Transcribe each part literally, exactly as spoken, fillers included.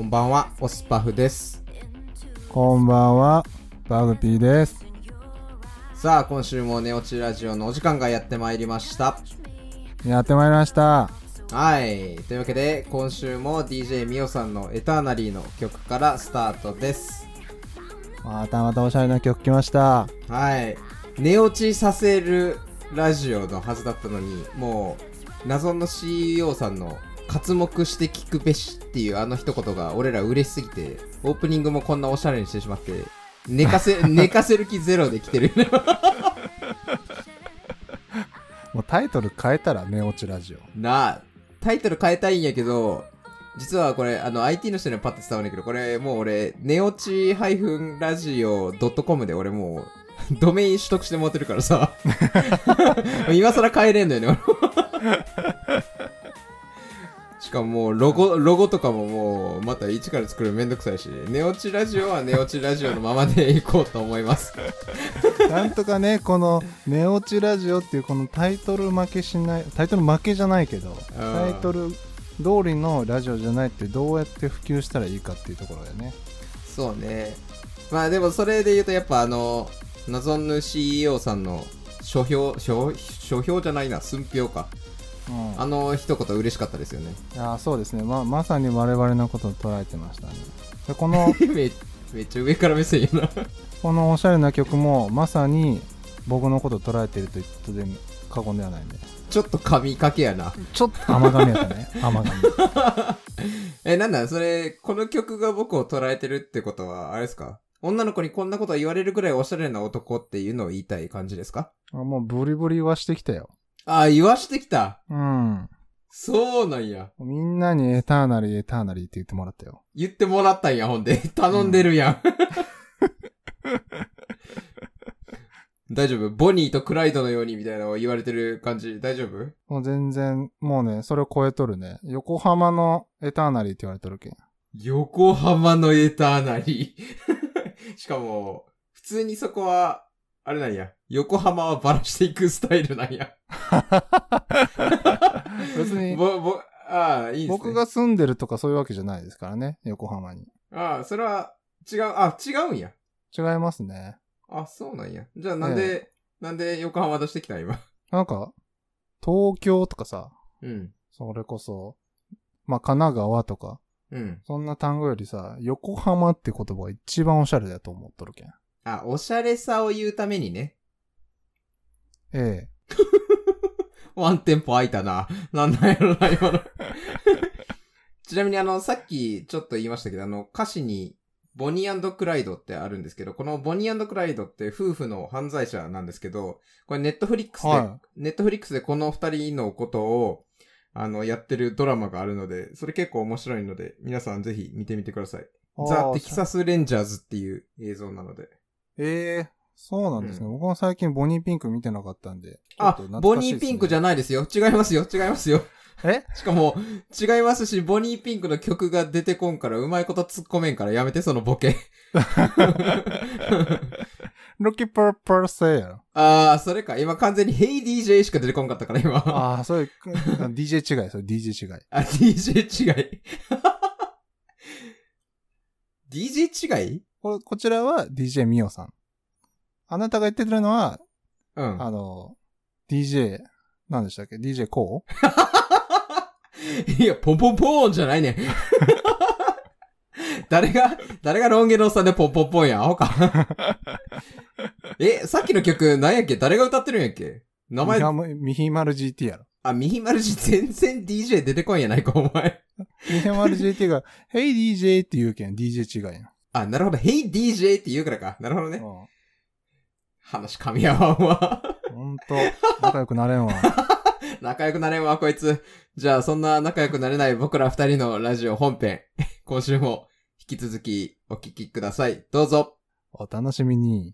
んばんは、オスパフです。 こんばんは、バグピーです。 さあ、今週も寝落ちラジオのお時間がやってまいりました。 やってまいりました。 はい、というわけで今週も ディージェー ミオさんのエターナリーの曲からスタートです。 またまたおしゃれな曲来ました。 はい、寝落ちさせるラジオのはずだったのに、もう謎の シーイーオー さんの刮目して聞くべしっていうあの一言が俺ら嬉しすぎて、オープニングもこんなおしゃれにしてしまって寝かせ寝かせる気ゼロで来てるもうタイトル変えたら寝落ちラジオなあ。タイトル変えたいんやけど、実はこれあの アイティー の人にはパッと伝わるんだけど、これもう俺寝落ち ラジオ ドットコム で俺もうドメイン取得して持ってるからさ今更変えれんのよねしかももうロゴロゴとかももうまた一から作るのめんどくさいし、寝落ちラジオは寝落ちラジオのままでいこうと思いますなんとかね、この寝落ちラジオっていうこのタイトル負けしない、タイトル負けじゃないけどタイトル通りのラジオじゃないってどうやって普及したらいいかっていうところだよね。 そうね。まあでもそれで言うとやっぱあの謎の シーイーオー さんの書評書書評じゃないな寸評か、うん、あの一言嬉しかったですよね。 いやそうですね、ま, まさに我々のことを捉えてましたね。でこのめ, めっちゃ上から目線やなこのおしゃれな曲もまさに僕のことを捉えていると言ってで過言ではないんで、 ちょっと髪かけやな。 ちょっと甘髪やったね甘髪え、なんだそれ、この曲が僕を捉えてるってことはあれですか、女の子にこんなこと言われるぐらいおしゃれな男っていうのを言いたい感じですか？ あ、もうブリブリ言わしてきたよ。 ああ、言わしてきた。 うん。 そうなんや。 みんなにエターナリーエターナリーって言ってもらったよ。 言ってもらったんや、ほんで。頼んでるやん。うん、大丈夫？ボニーとクライドのようにみたいなのを言われてる感じ、大丈夫？ もう全然、もうね、それを超えとるね。横浜のエターナリーって言われとるけん。 横浜のエターナリー。しかも、普通にそこは、あれなんや。横浜はバラしていくスタイルなんや。 別に、 ぼ、ぼ、ああ、いいですね。 僕が住んでるとかそういうわけじゃないですからね、横浜に。 ああ、それは違う、あ、違うんや。 違いますね。 あ、そうなんや。じゃあなんで、ええ、なんで横浜出してきた今。 なんか、東京とかさ、 うん。 それこそ、まあ、神奈川とか、 うん。 そんな単語よりさ、横浜って言葉が一番おしゃれだと思っとるけん。 あ、おしゃれさを言うためにね。 ええ。 ワンテンポ空いたな。なんなんやろな、今の。ちなみにあの、さっきちょっと言いましたけど、あの、歌詞に、ボニー&クライドってあるんですけど、このボニー&クライドって夫婦の犯罪者なんですけど、これネットフリックスで、はい、ネットフリックスでこの二人のことを、あの、やってるドラマがあるので、それ結構面白いので、皆さんぜひ見てみてください。ザ・テキサス・レンジャーズっていう映像なので。 ええー、そうなんですね、うん。僕も最近ボニーピンク見てなかったんで。 あ、ボニーピンクじゃないですよ。違いますよ。違いますよ。 えしかも、違いますし、ボニーピンクの曲が出てこんから、うまいこと突っ込めんからやめて、そのボケ。 ロキパーパーセール。 あー、それか。今完全に Hey ディージェー しか出てこんかったから、今。 あー、それ、ディージェー 違い、それ ディージェー 違い。 あ、ディージェー 違い。ディージェー 違い？ こ, こちらは ディージェー ミオさん。あなたが言ってるのは、 うん。 あの、ディージェー、何でしたっけ ?ディージェー コーいや、ポンポンポーンじゃないねん。誰が、誰がロン毛のおっさんでポンポンポンやん、アホか。え、さっきの曲何やっけ？誰が歌ってるんやっけ？名前。 ミヒマル ジーティー やろ。 あ、ミヒマル ジー、全然 ディージェー 出てこんやないか、お前。 ミヒマル ジーティー が、Hey ディージェー って言うけん、ディージェー 違いやん。 あ、なるほど。Hey ディージェー って言うからか。なるほどね。話噛み合わんわ。 ほんと、仲良くなれんわ。 仲良くなれんわ、こいつ。じゃあ、そんな仲良くなれない僕ら二人のラジオ本編、今週も引き続きお聞きください。どうぞ。 お楽しみに。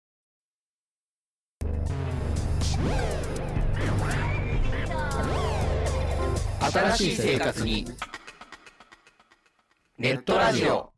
新しい生活にネットラジオ。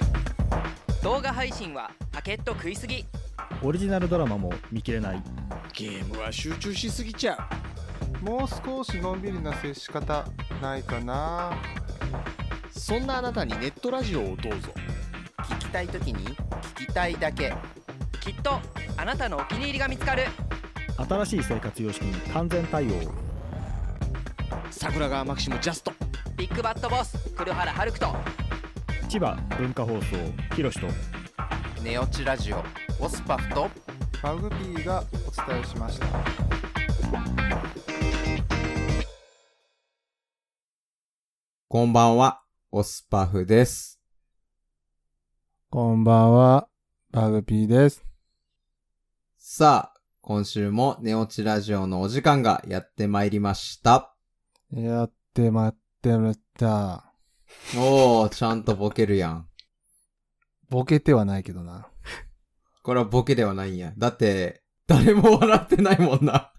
動画配信はパケット食いすぎ。 オリジナルドラマも見切れない。 ゲームは集中しすぎちゃもう少しのんびりな接し方ないかな。 う。そんなあなたにネットラジオをどうぞ。 聞きたいときに聞きたいだけ。きっとあなたのお気に入りが見つかる。 新しい生活様式に完全対応。 桜川マキシムジャスト。 ビッグバットボス黒原遥人。 千葉文化放送ひろしとネオチラジオオスパフとバグピーがお伝えしました。 こんばんは、オスパフです。 こんばんは、バグピーです。 さあ、今週もネオチラジオのお時間がやってまいりました。 やってまってまった。 おー、ちゃんとボケるやん。 ボケてはないけどな。 これはボケではないんや。だって、誰も笑ってないもんな。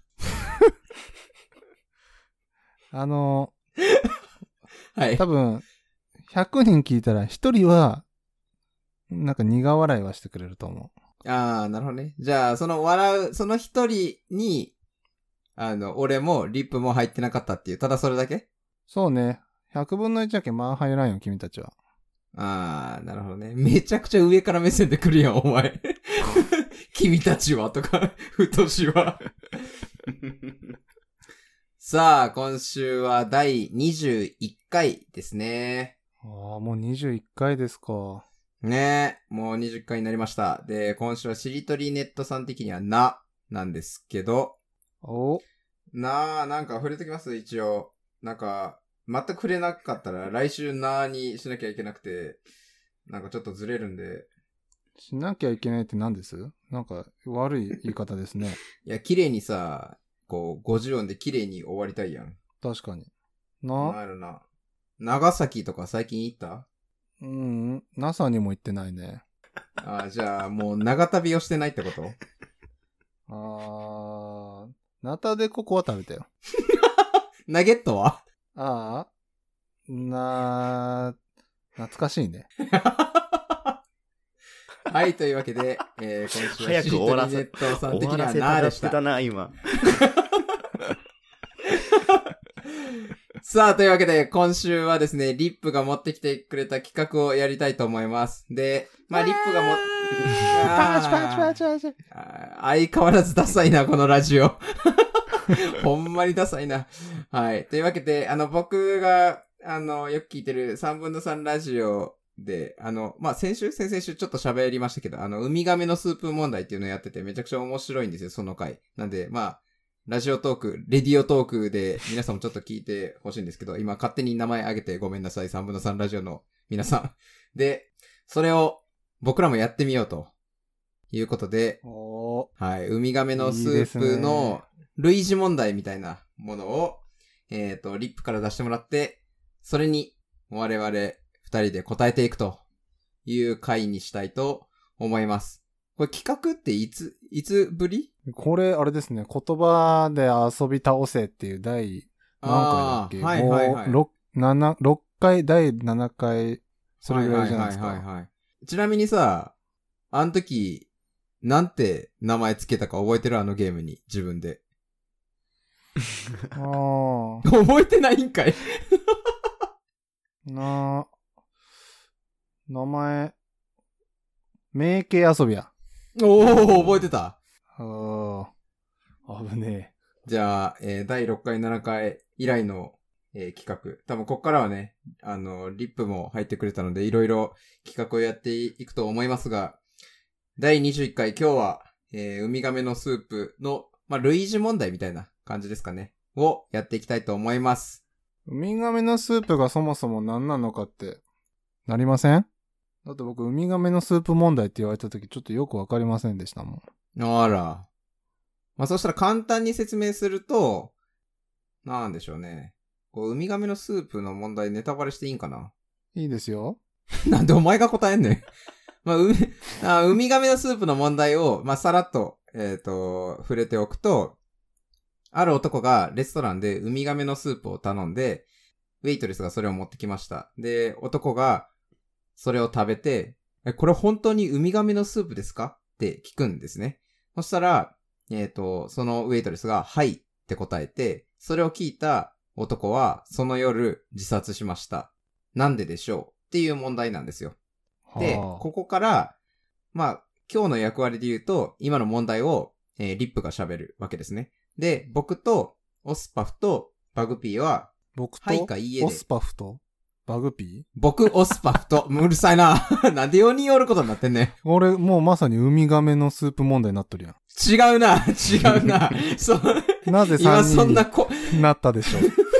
あの、 はい。 多分、ひゃくにん聞いたらひとりは、なんか苦笑いはしてくれると思う。 あー、なるほどね。じゃあ、その笑う、その一人に、あの、俺もリップも入ってなかったっていう、ただそれだけ？ そうね。ひゃくぶんのいちだけマンハイラインよ、君たちは。 あー、なるほどね。めちゃくちゃ上から目線で来るやん、お前。君たちはとか、ふとしは。さあ、今週はだいにじゅういっかいですね。 ああ、もうにじゅういっかいですか。 ねえ、もうにじゅっかいになりました。で、今週はしりとりネットさん的にはな、なんですけど、 おなー、なんか触れときます一応。なんか、全く触れなかったら来週なーにしなきゃいけなくて、なんかちょっとずれるんで。 しなきゃいけないって何です？なんか悪い言い方ですね。 いや、綺麗にさ、こう、ごじゅう音で綺麗に終わりたいやん。 確かに。 なな、 るな。長崎とか最近行った？ うん、ナサ にも行ってないね。 ああ、じゃあもう長旅をしてないってこと？ あー、ナタデココは食べたよ。 ナゲットは？ ああ、なー、懐かしいね。 はい、というわけで、えー、今週は早くしりとりネットさん的にはなーでした。 終わらせたがってたな、今。 さあ、というわけで、今週はですね、リップが持ってきてくれた企画をやりたいと思います。で、まあ、リップがも、 パチパチパチパチ。 相変わらずダサいな、このラジオ。ほんまにダサいな。はい。というわけで、あの、僕が、あの、よく聞いてるさんぶんのさんラジオで、あの、まあ、先週、先々週ちょっと喋りましたけど、あの、ウミガメのスープ問題っていうのをやってて、めちゃくちゃ面白いんですよ、その回。なんで、まあ、ラジオトーク、レディオトークで皆さんもちょっと聞いてほしいんですけど、今勝手に名前挙げてごめんなさい、さんぶんのさんラジオの皆さん。で、それを僕らもやってみようということで、 おはい、ウミガメのスープの類似問題みたいなものを、えっと、リップから出してもらって、それに我々二人で答えていくという回にしたいと思います。これ企画っていつ、いつぶり？ これ、あれですね、言葉で遊び倒せっていう第何回だっけ？ はいはいはい。 ろく、なな、ろっかい、だいななかい、それぐらいじゃないですか。 はいはいはいはい、はい。ちなみにさ、あの時、なんて名前つけたか覚えてる？あのゲームに、自分で。 ああ。 覚えてないんかいな、名前、名形遊びや。 おー、覚えてた。 ああ、危ねえ。じゃあ、えー、だいろっかい、ななかい以来の、えー、企画。多分こっからはね、あの、リップも入ってくれたので、いろいろ企画をやっていくと思いますが、だいにじゅういっかい、今日は、えー、ウミガメのスープの、まあ、類似問題みたいな感じですかね。をやっていきたいと思います。 ウミガメのスープがそもそも何なのかって、なりません？だって僕、ウミガメのスープ問題って言われた時ちょっとよくわかりませんでしたもん。 あら。まあ、そしたら簡単に説明すると、なんでしょうね。こう、ウミガメのスープの問題ネタバレしていいんかな？ いいですよ。 なんでお前が答えんねん。まあ、ウミ、あ、ウミガメのスープの問題を、まあ、さらっと、えっと、触れておくと、ある男がレストランでウミガメのスープを頼んで、ウェイトレスがそれを持ってきました。で、男がそれを食べて、え、これ本当にウミガメのスープですかって聞くんですね。そしたら、 えっと、そのウェイトレスが、はいって答えて、それを聞いた男は、その夜自殺しました。なんででしょうっていう問題なんですよ。で、 はあここから、まあ、今日の役割で言うと、今の問題を、えーリップが喋るわけですね。で、僕と、オスパフと、バグピーは、 僕と、 はいかいいえでオスパフと、バグピー僕、オスパフと、うるさいな。なんでよにんおることになってんね俺、もうまさにウミガメのスープ問題になっとるやん。 違うな、違うな。そう、 なぜ今さんにんにそんなこ、 なったでしょう。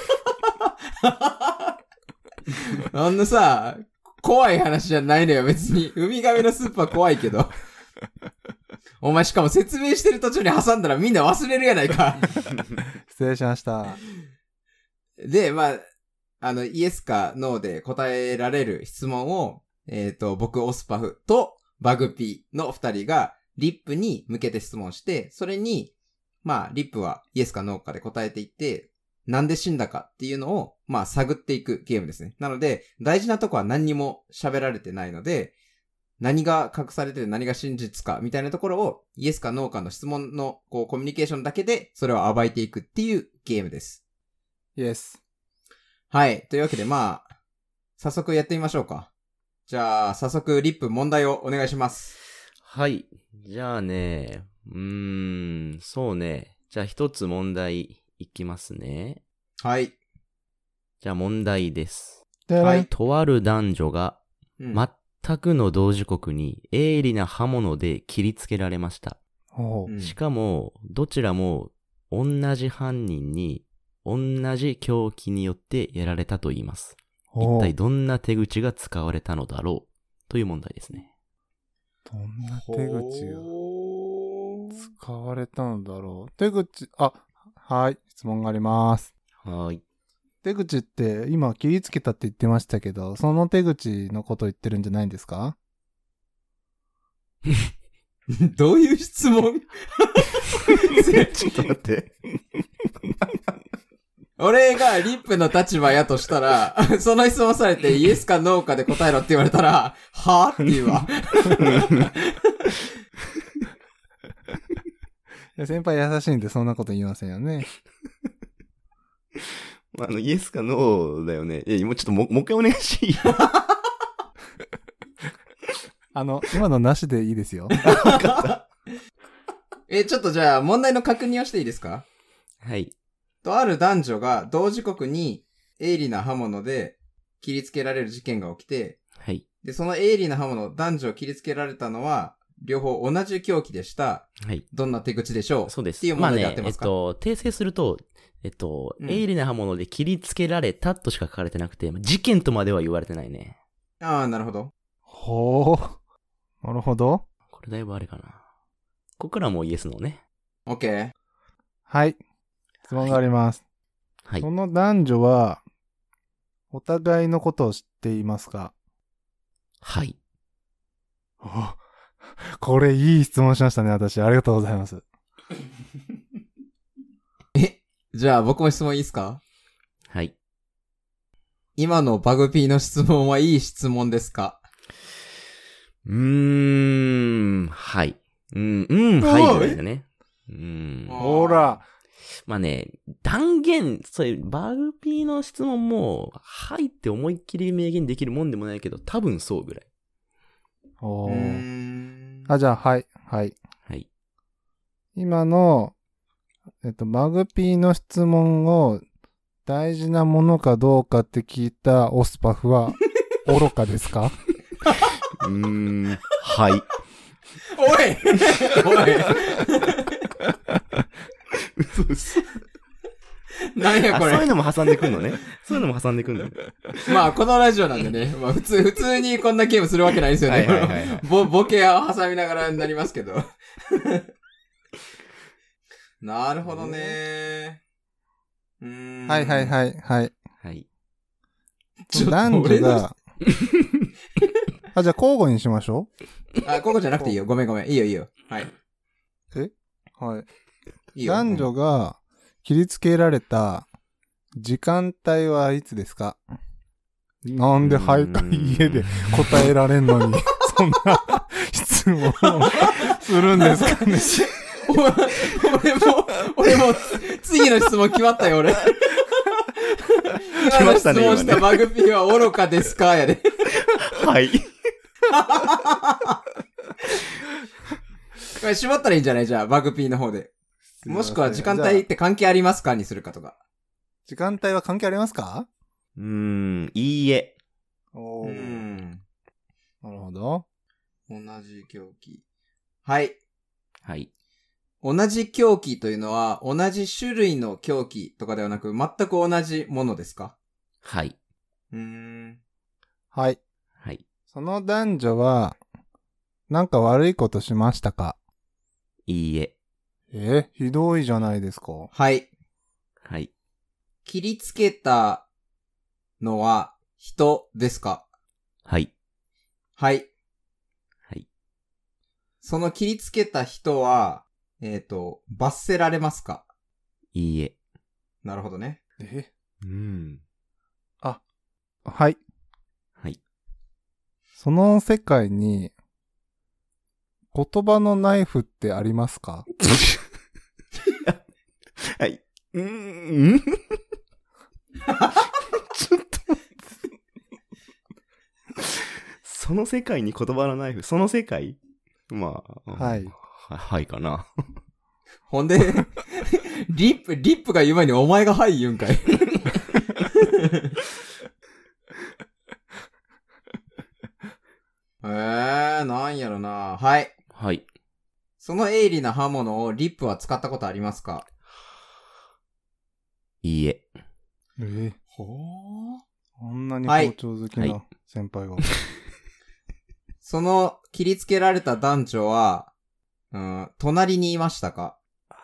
あんなさ、怖い話じゃないのよ、別に。ウミガメのスープは怖いけど。お前しかも説明してる途中に挟んだらみんな忘れるやないか。 失礼しました。 で、まあ、あの、イエスかノーで答えられる質問を、えっと、僕、オスパフとバグピーの二人がリップに向けて質問して、それに、まあ、リップはイエスかノーかで答えていって、なんで死んだかっていうのを、まあ、探っていくゲームですね。なので、大事なとこは何にも喋られてないので、何が隠されてて何が真実かみたいなところを、イエスかノーかの質問のこうコミュニケーションだけで、それを暴いていくっていうゲームです。 イエス。 はい。というわけで、まあ、早速やってみましょうか。じゃあ、早速、リップ問題をお願いします。 はい。じゃあね、うーん、そうね。じゃあ一つ問題いきますね。 はい。 じゃあ問題です。 はいではい。 とある男女が、 うん全くの同時刻に鋭利な刃物で切りつけられました。 ほううんしかも、どちらも同じ犯人に同じ凶器によってやられたと言います。 ほう一体どんな手口が使われたのだろうという問題ですね。 どんな手口がほー使われたのだろう。手口、あ、はい。質問があります。 はーい。 手口って今切りつけたって言ってましたけど、その手口のこと言ってるんじゃないんですか？ どういう質問ちょっと待って。 俺がリップの立場やとしたら、その質問されてイエスかノーかで答えろって言われたら、はぁって言うわ。 いや先輩優しいんでそんなこと言いませんよね。 あの、イエスかノーだよね。いや、もうちょっとも、もう一回お願いしていい？ あの、今のなしでいいですよ。 え、ちょっとじゃあ問題の確認をしていいですか？ はい。 とある男女が同時刻に鋭利な刃物で切りつけられる事件が起きて、 はい。 で、その鋭利な刃物、男女を切りつけられたのは、両方同じ凶器でした。 はい。 どんな手口でしょう？ そうです。 っていう問題で合ってますか？ まあね、えっと、訂正すると、えっと、 うん鋭利な刃物で切りつけられたとしか書かれてなくて、事件とまでは言われてないね。 ああ、なるほど。 ほう。なるほど。 これだいぶあれかな。ここからはもうイエスのね。 OK。 はい。質問があります。 はいそ。の男女は、お互いのことを知っていますか？ はい。 おこれいい質問しましたね、私。ありがとうございます。 え、じゃあ僕も質問いいですか？ はい。 今のバグピーの質問はいい質問ですか？ うーん、はい。うん、うん、はいぐらいだね。うん。 ほら。 まあね、断言、そういうバグピーの質問も、はいって思いっきり明言できるもんでもないけど、多分そうぐらい。 おうーーんあ、じゃあ、はい。はい。 はい。 今の、えっと、バグピーの質問を大事なものかどうかって聞いたオスパフは愚かですか？ うーん、はい。 おいおい嘘嘘。 なんやこれ。 あそういうのも挟んでくんのね。そういうのも挟んでくんのね。 まあ、このラジオなんでね。まあ、普通、普通にこんなゲームするわけないですよね。 はいはいはいはいボ、ボケを挟みながらになりますけど。なるほどね。うーん。 はいはいい。 はいはい。 はい。 ちょっと男女俺のが、あ、じゃあ交互にしましょあ、ここじゃなくていいよ。ごめんごめん。いいよいいよ。はい。 う。はい。 いいよ。 男女が切りつけられた時間帯はいつですか？なんではいか家で答えられんのに、そんな質問をするんですかね。 俺も、俺も、次の質問決まったよ、俺。今の質問したバグピーは愚かですかやで。 はい。 これ絞ったらいいんじゃないじゃあ、バグピーの方で。もしくは時間帯って関係ありますかにするかとか。 時間帯は関係ありますか？ うーん、いいえ。 おー。 うん。 なるほど。 同じ狂気。はい。 はい。 同じ狂気というのは、同じ種類の狂気とかではなく、全く同じものですか？ はい。 うーん。 はい。 はい。 その男女は、なんか悪いことしましたか？ いいえ。 え、ひどいじゃないですか。 はい。 はい。 切りつけたのは人ですか？ はい。 はい。 はい。 その切りつけた人は、えっと、罰せられますか？ いいえ。 なるほどね。 え？ うん。 あ、はい。 はい。 その世界に、言葉のナイフってありますか？ はい。うーん。ちょっと。その世界に言葉のナイフ、その世界？まあ。 はい。 は、はいかな。 ほんで、リップ、リップが言う前にお前がはい言うんかい。えー、なんやろな。はい。 はい。 その鋭利な刃物をリップは使ったことありますか？ いいえ。 えほー。 こんなに包丁好きはいな先輩が。 その切りつけられた男女は、うん、隣にいましたか？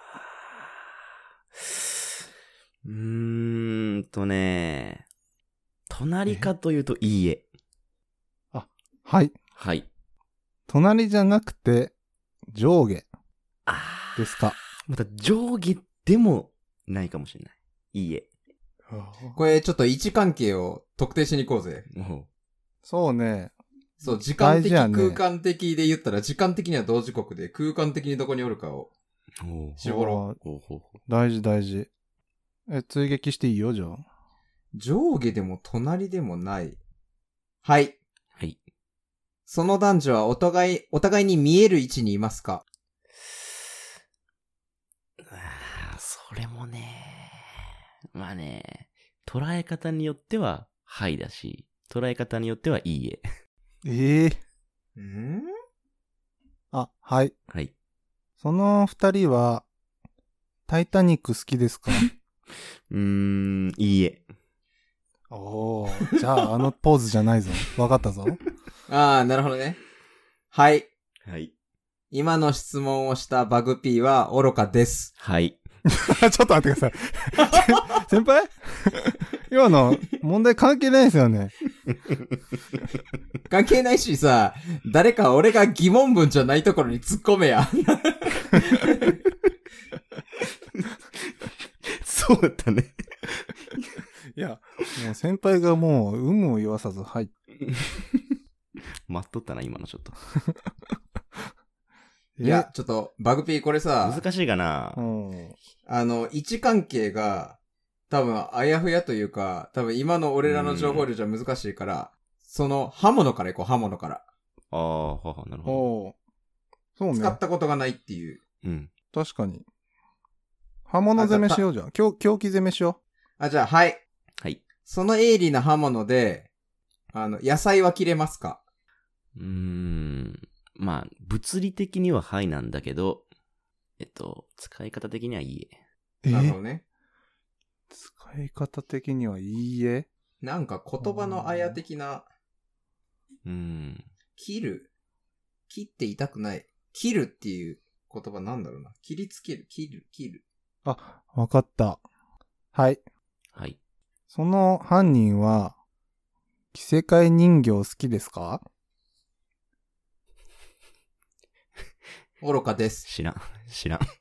うーんとね、隣かというといいえ。 あ、はい。 はい。 隣じゃなくて、上下あですか？ また上下でもないかもしれない。いいえ。 これちょっと位置関係を特定しに行こうぜ。 そうね。 そう、時間的、 ね、 空間的で言ったら、時間的には同時刻で、空間的にどこにおるかを絞ろう。 大事大事。え、追撃していいよ、じゃあ。 上下でも隣でもない。はい。 はい。 その男女はお互い、お互いに見える位置にいますか？ ああ、それもね。まあね、捉え方によっては、はいだし、捉え方によってはいいえ。 ええー。 ん？ あ、はい。 はい。 その二人は、タイタニック好きですか？ うーん、いいえ。 おー、じゃああのポーズじゃないぞ。わかったぞ。 ああ、なるほどね。はい。 はい。 今の質問をしたバグピーは愚かです。 はい。 ちょっと待ってください。先輩今の問題関係ないですよね。 関係ないしさ、誰か俺が疑問文じゃないところに突っ込めや。 そうだったね。 いや、もう先輩がもう有無を言わさず、はい。 待っとったな、今のちょっと。 いや、ちょっと、バグピーこれさ、 難しいかな、 うん、 あの、位置関係が、多分、あやふやというか、多分今の俺らの情報量じゃ難しいから、その、刃物からいこう、刃物から。 ああ、はは、なるほど。そうね。 使ったことがないっていう。 うん。 確かに。刃物攻めしようじゃん。狂気攻めしよう。あ、じゃあ、はい。 はい。 その鋭利な刃物で、あの、野菜は切れますか？ うーん。まあ、物理的にははいなんだけど、えっと、使い方的にはいいえ。 なるほどね。 使い方的にはいいえ。 なんか言葉のあや的な、 うーん。 切る。切って痛くない。切るっていう言葉なんだろうな。切りつける。切る。切る。 あ、わかった。はい。 はい。 その犯人は、着せ替え人形好きですか？ 愚かです。 知らん。知らん。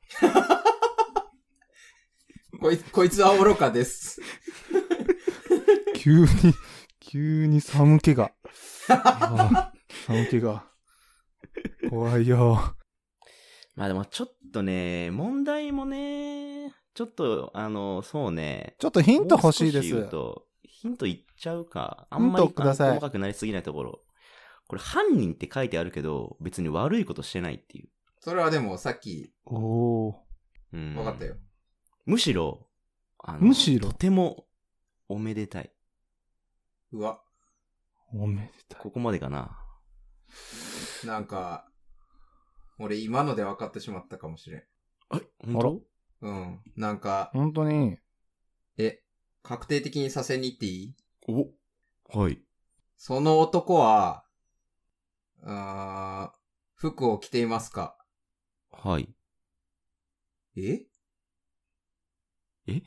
こいつ、こいつは愚かです。 急に、急に寒気が。ああ、寒気が。怖いよ。 まあでもちょっとね、問題もね、ちょっと、あの、そうね。 ちょっとヒント欲しいです。 もう少言うとヒントいっちゃうか。あんまりヒントください細かくなりすぎないところ。これ、犯人って書いてあるけど、別に悪いことしてないっていう。 それはでもさっき、 おー。 うん。 分かったよ。 むしろ、あの、 むしろとてもおめでたい。 うわ。 おめでたい。 ここまでかな。 なんか、俺今ので分かってしまったかもしれん。 え、本当？ うん。なんか、 本当に。 え、確定的にさせに行っていい？ お、はい。 その男は、あー、服を着ていますか？ はい。 え？ え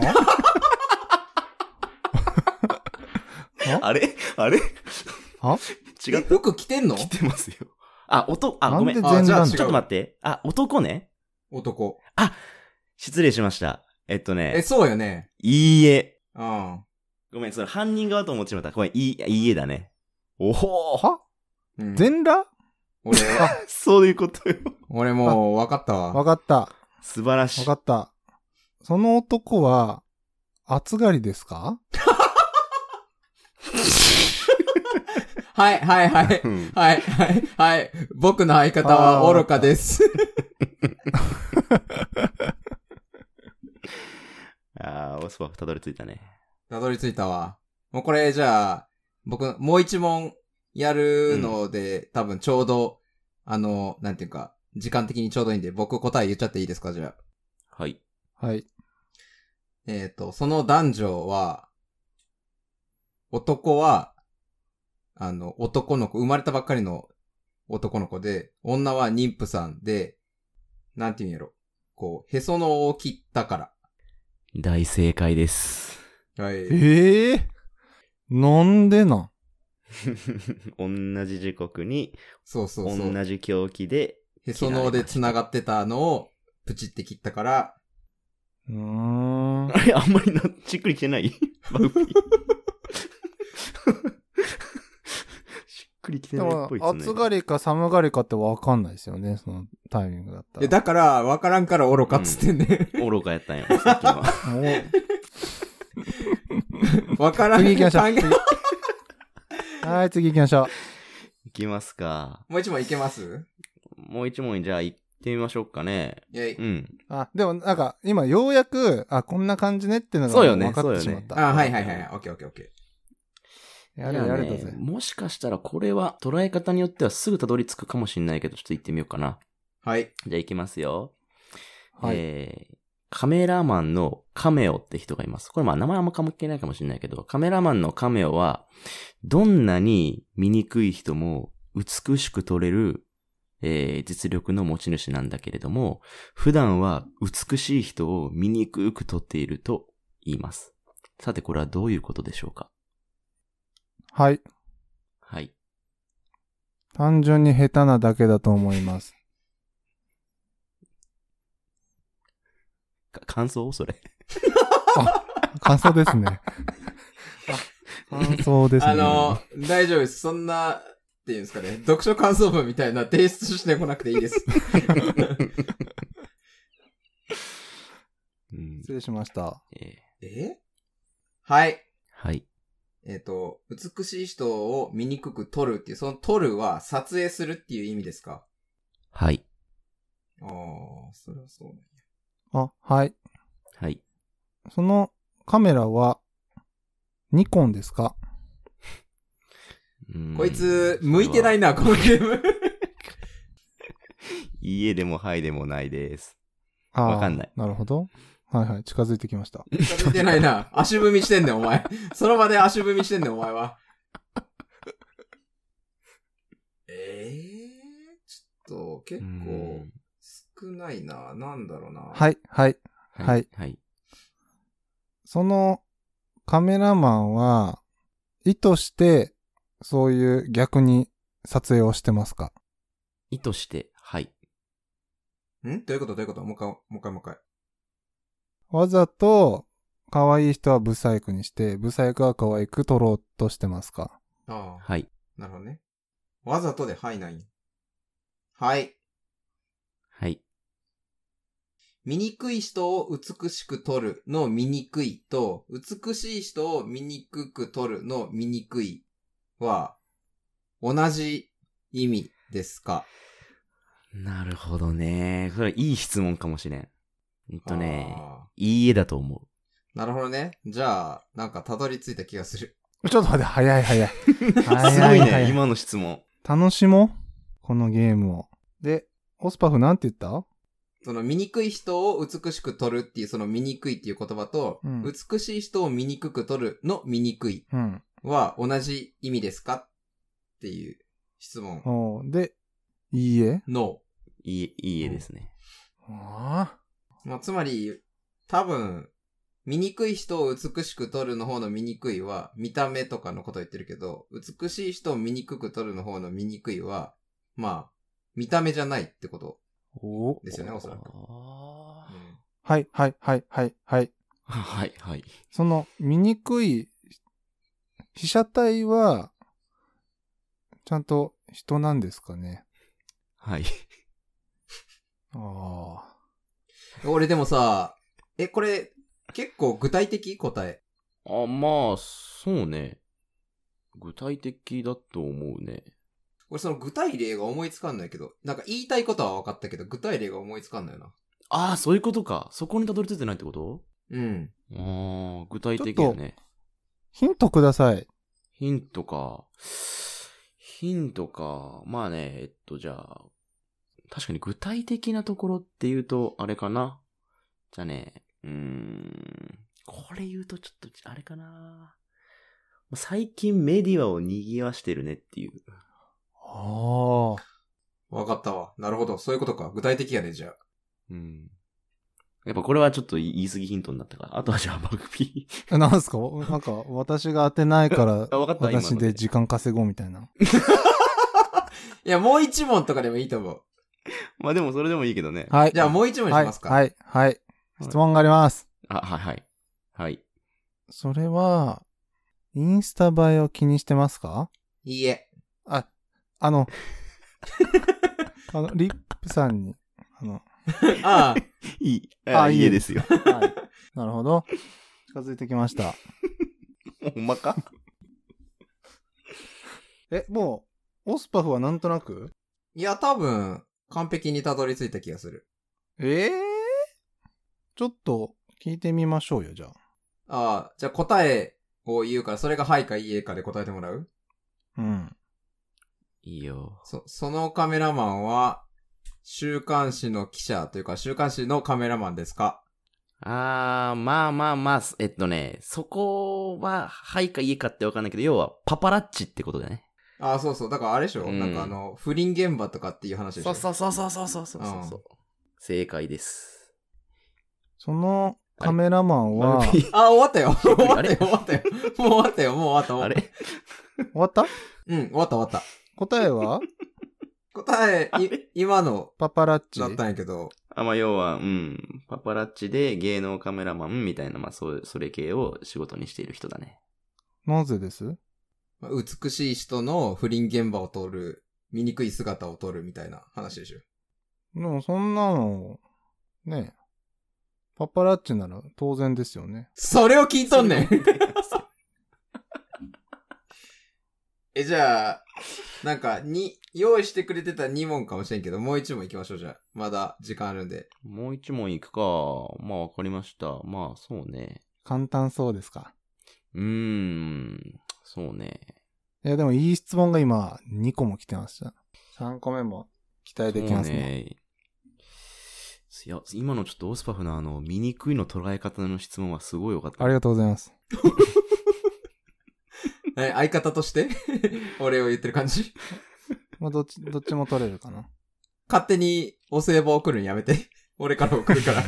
はあれあれはえ、 違った。 服着てんの？ 着てますよ。あ、音、あ、ごめん。 なんで全然あじゃあ違うちょっと待って。あ、男ね。 男。 失礼しました。えっとね。 え、そうよね。 いいえ。 うん。 ごめん、それ犯人側と思っちまった。ごめん、いい、いいえだね。おほー。 はうん、 全裸？ 俺、 そういうことよ。 俺もう分かったわ。 わかった。 素晴らしい。 わかった。その男は、暑がりですか？ はい、はい、はい。 うんはい、はい、はい。僕の相方は愚かです。 あー、おスパたどり着いたね。 たどり着いたわ。もうこれじゃあ、僕、もう一問やるので、多分ちょうど、あの、なんていうか、時間的にちょうどいいんで、僕答え言っちゃっていいですか、じゃあ。 はい。 はい。 えっと、その男女は、男は、あの、男の子、生まれたばっかりの男の子で、女は妊婦さんで、なんていうんやろ。こう、へその緒を切ったから。 大正解です。 はい。 ええー、なんでなん？ 同じ時刻に、 そうそうそう。 同じ狂気で、 へその緒で繋がってたのを、プチって切ったから、 うーん。 あれ、あんまりな、しっくりきてないバウピー。しっくりきてでないっもぽいですね。 暑がりか寒がりかってわかんないですよね、そのタイミングだったら。 いや、だから、わからんから愚かっつってんね。 愚かやったんや、さっきのは。 もうわからん。 次行きましょう考えはい、次行きましょう。 いきますか。 もう一問いけます？ もう一問じゃあ行ってみましょうかね。 いやい。 うん。 あ、でもなんか、今ようやく、あ、こんな感じねっていうのがそうよね分かってしまった。 あ、はいはいはい。オッケーオッケーオッケやれやれだじゃあねぜ。 もしかしたらこれは捉え方によってはすぐたどり着くかもしれないけど、ちょっと行ってみようかな。 ー。はい。 じゃあ行きますよ。 はいえー、カメラマンのカメオって人がいます。これまあ名前あんま関係ないかもしれないけど、カメラマンのカメオは、どんなに醜い人も美しく撮れる、えー、実力の持ち主なんだけれども、普段は美しい人を醜く撮っていると言います。さてこれはどういうことでしょうか？ はい。 はい。 単純に下手なだけだと思います。 か感想それ。 あ、感想ですね。あ、感想ですね。 あの、大丈夫です。そんな、っていうんですかね。読書感想文みたいな提出してこなくていいです。 うん失礼しました。 えーえはい。 はい。 えっ、と、美しい人を醜く撮るっていう、その撮るは撮影するっていう意味ですか？ はい。 ああ、それはそうね。 あ、はい。 はい。 そのカメラは、ニコンですか？ うんこいつ、向いてないな、このゲーム。 いいえでもはいでもないです。 あーわかんない。 なるほど。はいはい。近づいてきました。 近づいてないな。足踏みしてんねん、お前。その場で足踏みしてんねん、お前は。ええー、ちょっと、結構、少ないな。なんだろうな。 はい、はい。はいはい。 そのカメラマンは、意図して、そういう逆に撮影をしてますか？ 意図して、はい。 んどういうことどういうこともう一回、もう一回、もう一回。 わざと、可愛い人はブサイクにして、ブサイクは可愛く撮ろうとしてますか？ ああ、 はい。 なるほどね。わざとで、はいない。はい。 はい。 醜い人を美しく撮るの醜いと、美しい人を醜く撮るの醜いは、同じ意味ですか？ なるほどね。それいい質問かもしれん。うんとね、 あいいえだと思ーなるほどね。じゃあ、なんかたどり着いた気がする。 ちょっと待って、早い早い。 う。すご早いね、 早今の質問。 楽しもうこのゲームを。で、オスパフなんて言った？ その醜い人を美しく撮るっていうその醜いっていう言葉と、 うん美しい人を醜く撮るの醜いうん。 は同じ意味ですかっていう質問。 おーで、いいえ。 の。 いい、いいえですね。 あまあ、つまり、多分、醜い人を美しく撮るの方の醜いは、見た目とかのことを言ってるけど、美しい人を醜く撮るの方の醜いは、まあ、見た目じゃないってことおですよね、おそらく。 あうんはいはいはいはいはい。 ーはい、はい。 その、醜い、被写体は、ちゃんと人なんですかね。 はい。 あ俺でもさ、え、これ、結構具体的答え。 あ、まあ、そうね。具体的だと思うね。 俺その具体例が思いつかんないけど、なんか言いたいことは分かったけど、具体例が思いつかんないな。 ああ、そういうことか。そこにたどり着いてないってこと？ うん。 ああ、具体的だね。 ヒントください。 ヒントか。ヒントか。まあね、えっと、じゃあ、確かに具体的なところって言うと、あれかな。じゃあね、うーん、これ言うとちょっと、あれかな。最近メディアを賑わしてるねっていう。 ああ。 分かったわ。なるほど。そういうことか。具体的やね、じゃあ。 うん。やっぱこれはちょっと言い過ぎヒントになったから。あとはじゃあ、バグピー。 え、なんすかなんか、私が当てないから、 あわかった今の私で時間稼ごうみたいな。 いや、もう一問とかでもいいと思う。 まあでもそれでもいいけどね。 はい。 じゃあもう一問しはい、 ますか。 はい、はい。質問があります。 あ、はいはい。はい。 それは、インスタ映えを気にしてますか？ いいえ。 あ、あの、あの、リップさんに、あの、 ああ。 いい。 ああ、いいえですよ。 はい。なるほど。近づいてきました。 ほんまか？ え、もう、オスパフはなんとなく？ いや、多分、完璧にたどり着いた気がする。 ええー、ちょっと、聞いてみましょうよ、じゃあ。 ああ、じゃあ答えを言うから、それがはいかいいえかで答えてもらう？ うん。 いいよ。 そ、そのカメラマンは、週刊誌の記者というか、週刊誌のカメラマンですか？ あー、まあまあまあ、えっとね、そこは、はいかいいかってわかんないけど、要は、パパラッチってことだね。 ああ、そうそう。だからあれでしょ、 うんなんかあの、不倫現場とかっていう話でしょ。 そうそうそうそうそうそうそうそう。正解です。 そのカメラマンは、終あ、終わったよ。終わあれったよ、終わったよ。もう終わったよ、もう終わった。 あれわったうん、終わった終わった。 答えは答え、い今のパパラッチだったんやけど、 あ、まあ要は、うん、パパラッチで芸能カメラマンみたいな、まあそう、それ系を仕事にしている人だね。 なぜです？ 美しい人の不倫現場を撮る、醜い姿を撮るみたいな話でしょ。 でもそんなの、ね、パパラッチなら当然ですよね。 それを聞いとんねん。え、じゃあ、なんか、に、用意してくれてたに問かもしれんけど、もういち問行きましょう、じゃあ。まだ時間あるんで。 もう一問いくか。まあわかりました。まあそうね。 簡単そうですか。 うーん、そうね。 いやでもいい質問が今にこも来てました。さんこめも期待できますね。 いや、今のちょっとオスパフのあの、醜いの捉え方の質問はすごい良かった。 ありがとうございます。 え、相方として俺を言ってる感じ。 まあどっち、どっちも取れるかな。 勝手にお歳暮送るんやめて。俺から送るから。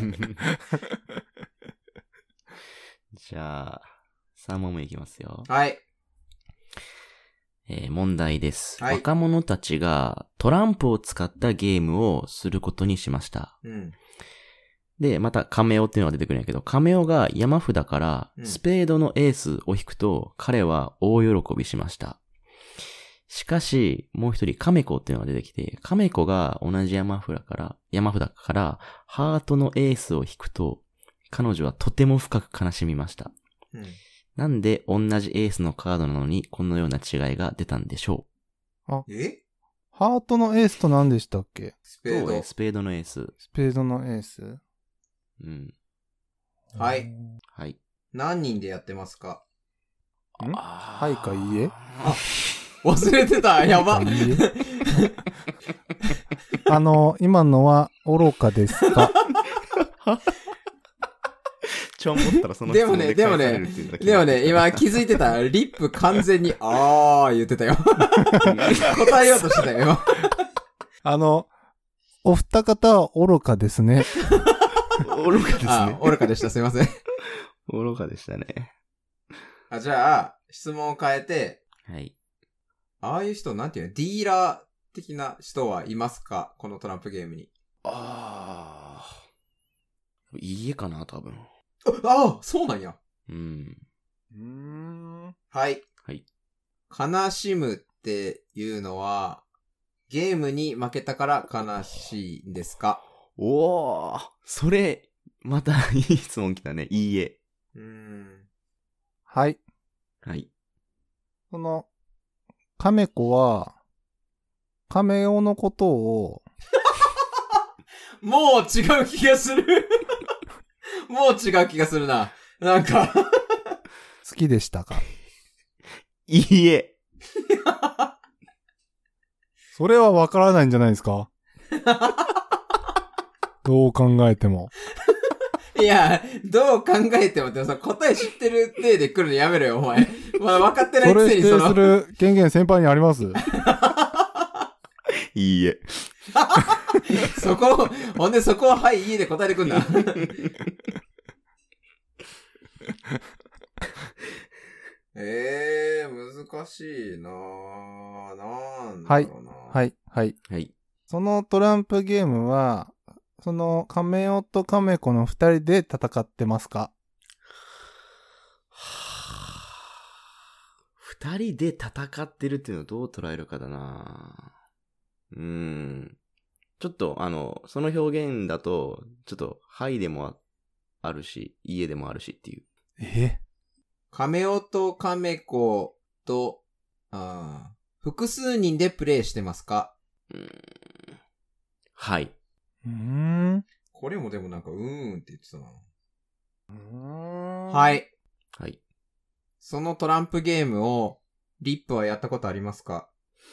じゃあ、さん問目いきますよ。 はい。 えー問題です、 はい若者たちがトランプを使ったゲームをすることにしました。 うん。 で、またカメオっていうのが出てくるんやけど、カメオが山札からうんスペードのエースを引くと、彼は大喜びしました。 しかし、もう一人、カメコっていうのが出てきて、カメコが同じ山札から、山札から、ハートのエースを引くと、彼女はとても深く悲しみました。 うん。 なんで同じエースのカードなのに、このような違いが出たんでしょえハートのエースと何でしたっけ？ う。 スペード。 スペードのエース。 スペードのエース？ うん。 はい。 はい。 何人でやってますか？ んはいかいいえ？ 忘れてた。やば。 いいえあの、今のは愚かですか？ ちょんぼったらそのでもね、でもね、でもね、今気づいてた。リップ完全に、あー言ってたよ。答えようとしてたよ、今。 あの、お二方は愚かですね。 愚かですあね。 愚かでした。すいません。 愚かでしたね。 あ、じゃあ、質問を変えて、 はい。 ああいう人、なんていうの、ディーラー的な人はいますか？このトランプゲームに。 あー。いいえかな、多分。 ああ、そうなんや。 うん。 うーん。 はい。 はい。 悲しむっていうのは、ゲームに負けたから悲しいんですか？ おー、それ、またいい質問来たね。いいえ。 うーん。 はい。 はい。 その、カメ子は、カメオのことを、 もう違う気がする。もう違う気がするな。なんか。 好きでしたか？ いいえ。 それはわからないんじゃないですか？どう考えても。 いや、どう考えてもってさ、答え知ってる体で来るのやめろよ、お前。まだ分かってないそれくせにその。 否定する権限先輩にあります？ いいえ。 そこ、ほんでそこは、はい、家で答えてくんな。ええー、難しいなぁ。なんだろうな。 はい、はい。 はい。 そのトランプゲームは、そのカメオとカメ子の二人で戦ってますか？ 二人で戦ってるっていうのをどう捉えるかだな。うーん。ちょっと、あの、その表現だと、ちょっと、はいでもあるし、家でもあるしっていう。 え？ カメオとカメ子と、あー複数人でプレイしてますか？ うーん。はい。 うーん。 これもでもなんか、うーんって言ってたな。 うーん。 はい。 はい。 そのトランプゲームを、リップはやったことありますか？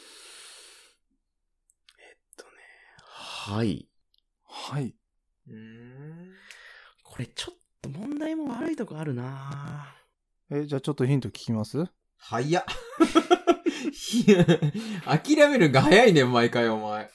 はい。 はい。 うーん。 これちょっと問題も悪いとこあるな。 え、じゃあちょっとヒント聞きます？ 早っ。いや諦めるが早いねん、毎回お前。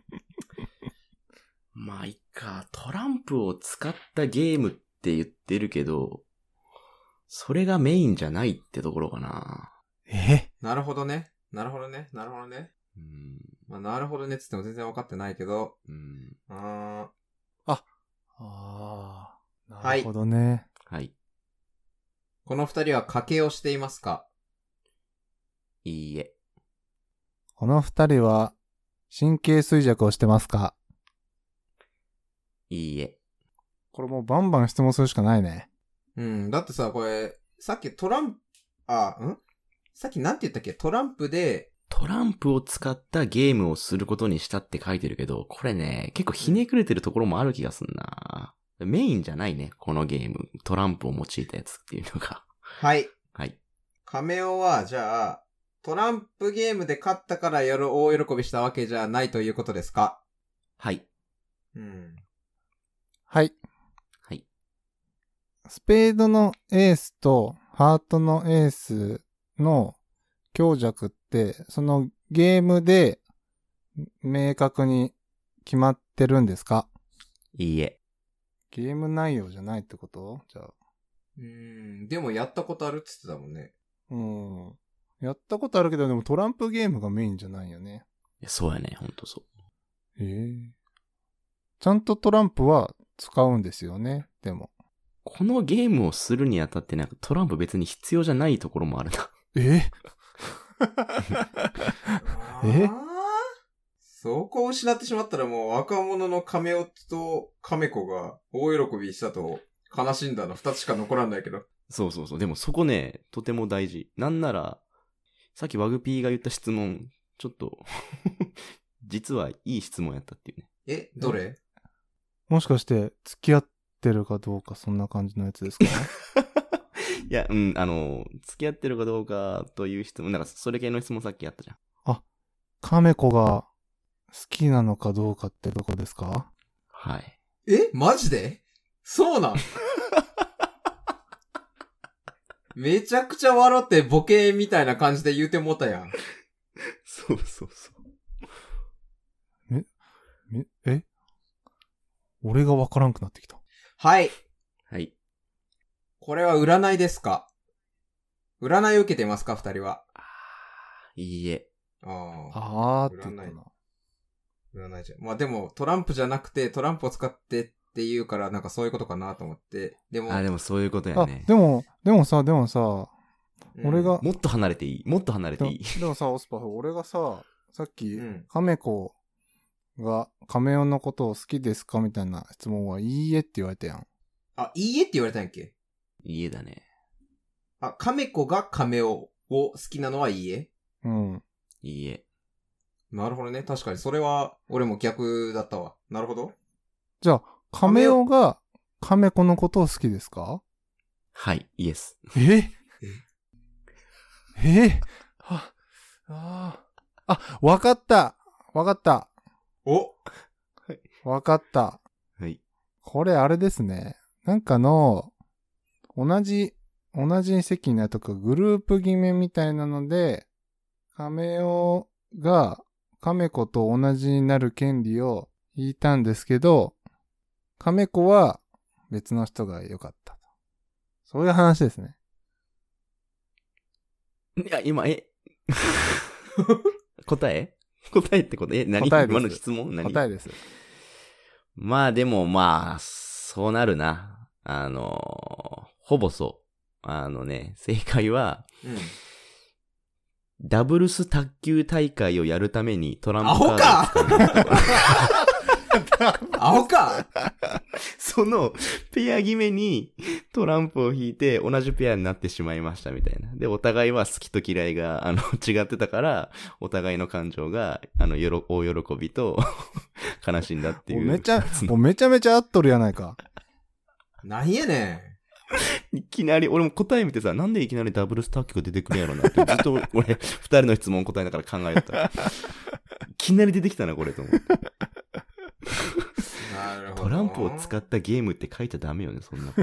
まあ、いっか。トランプを使ったゲームって言ってるけど、それがメインじゃないってところかな。 え？ なるほどね。なるほどね。なるほどね。 うん。 まあ、なるほどねって言っても全然分かってないけど。 うん。 あああ。なるほどね。 はい。 この二人は賭けをしていますか？ いいえ。 この二人は神経衰弱をしてますか？ いいえ。 これもうバンバン質問するしかないね。 うん。だってさ、これ、さっきトランプ、あ、んさっきなんて言ったっけ？トランプで、 トランプを使ったゲームをすることにしたって書いてるけど、これね、結構ひねくれてるところもある気がすんな。メインじゃないね、このゲーム。トランプを用いたやつっていうのが。 はい。 はい。 カメオは、じゃあ、トランプゲームで勝ったからやる大喜びしたわけじゃないということですか？ はい。 うん。 はい。 はい。 スペードのエースとハートのエースの強弱って、そのゲームで明確に決まってるんですか？ いいえ。 ゲーム内容じゃないってこと？じゃあ。 うーん。でもやったことあるって言ってたもんね。 うん。やったことあるけど、でもトランプゲームがメインじゃないよね。 いやそうやね、ほんとそう。 ええちゃんとトランプは使うんですよね、でも。 このゲームをするにあたってなんかトランプ別に必要じゃないところもあるな。 うええそこを失ってしまったらもう若者の亀夫と亀子が大喜びしたと悲しんだの二つしか残らんないけど。 そうそうそう。でもそこね、とても大事。なんなら、さっきワグピーが言った質問、ちょっと、実はいい質問やったっていうね。 え、どれ？ もしかして付き合ってるかどうかそんな感じのやつですか？ いや、うん、あの、付き合ってるかどうかという質問、なんかそれ系の質問さっきやったじゃん。 あ、亀子が好きなのかどうかってとこですか？ はい。 えマジで？そうなんめちゃくちゃ笑ってボケみたいな感じで言うてもうたやん。 そうそうそう。 め、め、え俺がわからんくなってきた。 はい。 はい。 これは占いですか？占いを受けてますか二人は。 いいえ。 ああーって言ったな。 占いじゃん。まあでもトランプじゃなくてトランプを使ってって言うからなんかそういうことかなと思って。でも。 あ、でもそういうことやね。 あ、でも、でもさ、でもさ、 うん、 俺が。 もっと離れていいもっと離れていいでもさ、オスパフ、俺がさ、さっき、 うん、 亀子が亀尾のことを好きですかみたいな質問は、いいえって言われたやん。 あ、いいえって言われたんやっけ？ いいえだね。 あ、亀子が亀尾を好きなのはいいえ？ うん。 いいえ。 なるほどね。確かにそれは俺も逆だったわ。なるほど。 じゃあ、亀尾が亀子のことを好きですか？ はい、イエス。 ええあ、ああ、わかった。わかった。 おわかった。 はい。 これあれですね。なんかの、同じ、同じ席になるとか、グループ決めみたいなので、亀尾が亀子と同じになる権利を言いたんですけど、亀子は別の人が良かったと。そういう話ですね。 いや、今、え答え答えってことえ何答えです。 今の質問何答えです。 まあでもまあ、そうなるな。あの、ほぼそう。あのね、正解は、 うん。 ダブルス卓球大会をやるためにトランプアホかアホかそのペア決めにトランプを引いて同じペアになってしまいましたみたいな。で、お互いは好きと嫌いがあの違ってたから、お互いの感情があのよろ大喜びと悲しんだっていう。 めちゃ、もうめちゃめちゃ合っとるやないか。 なんやねん。 いきなり、俺も答え見てさ、なんでいきなりダブルス卓球が出てくるんやろなって、ずっと俺、二人の質問答えながら考えた。いきなり出てきたな、これと思って。 なるほど。 トランプを使ったゲームって書いちゃダメよね、そんなこと。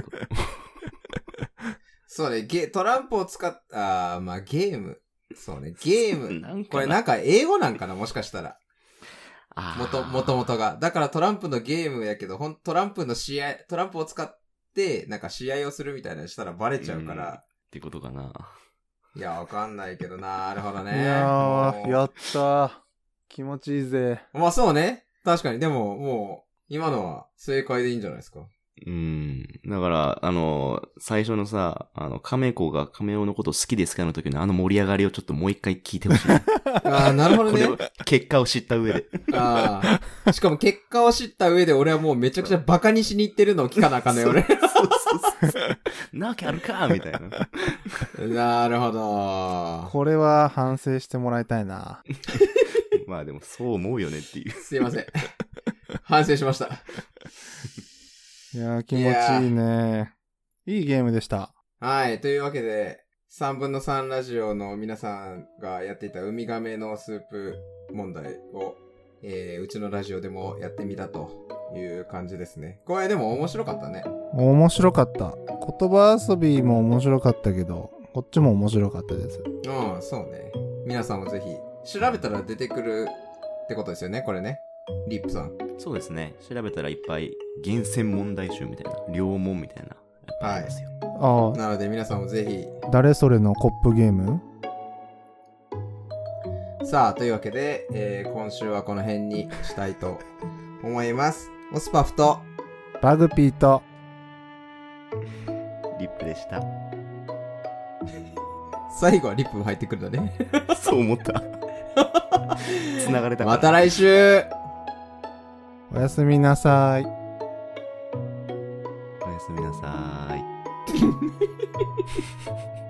そうね、ゲ、トランプを使っ、あー、まあゲーム。そうね、ゲーム。 なんかこれなんか英語なんかな、もしかしたら。 あもと、もともとが。だからトランプのゲームやけど、ほん、トランプの試合、トランプを使って、なんか試合をするみたいなのしたらバレちゃうから。 ってことかな。 いや、わかんないけどな。なるほどね。 いやー、やったー。気持ちいいぜ。 まあそうね。確かに。でも、もう、今のは正解でいいんじゃないですか。 うん。だから、あの、最初のさ、あの、亀子が亀尾のこと好きですかの時のあの盛り上がりをちょっともう一回聞いてほしい。 ああ、なるほどね。 結果を知った上で。 ああ。しかも結果を知った上で俺はもうめちゃくちゃバカにしに行ってるのを聞かなあかんね、俺。 そうそうそう。なわけあるかみたいな。 なるほど。 これは反省してもらいたいな。 まあでもそう思うよねっていう。 すいません。反省しました。 いやー、気持ちいいね。いいゲームでした。 はい。というわけで、さんぶんのさんラジオの皆さんがやっていたウミガメのスープ問題を、えー、うちのラジオでもやってみたという感じですね。これでも面白かったね。 面白かった。言葉遊びも面白かったけど、こっちも面白かったです。 うん、そうね。皆さんもぜひ、調べたら出てくるってことですよね、これね。リップさん。 そうですね。調べたらいっぱい厳選問題集みたいな、両問みたいな、ありますよ。 ああ。 なので皆さんもぜひ。 誰それのコップゲーム？ さあ、というわけで、えー、今週はこの辺にしたいと思います。オスパフとバグピーとリップでした。 最後はリップも入ってくるんだね。 そう思った。 繋がれたから。 また来週。 おやすみなさい。 おやすみなさーい。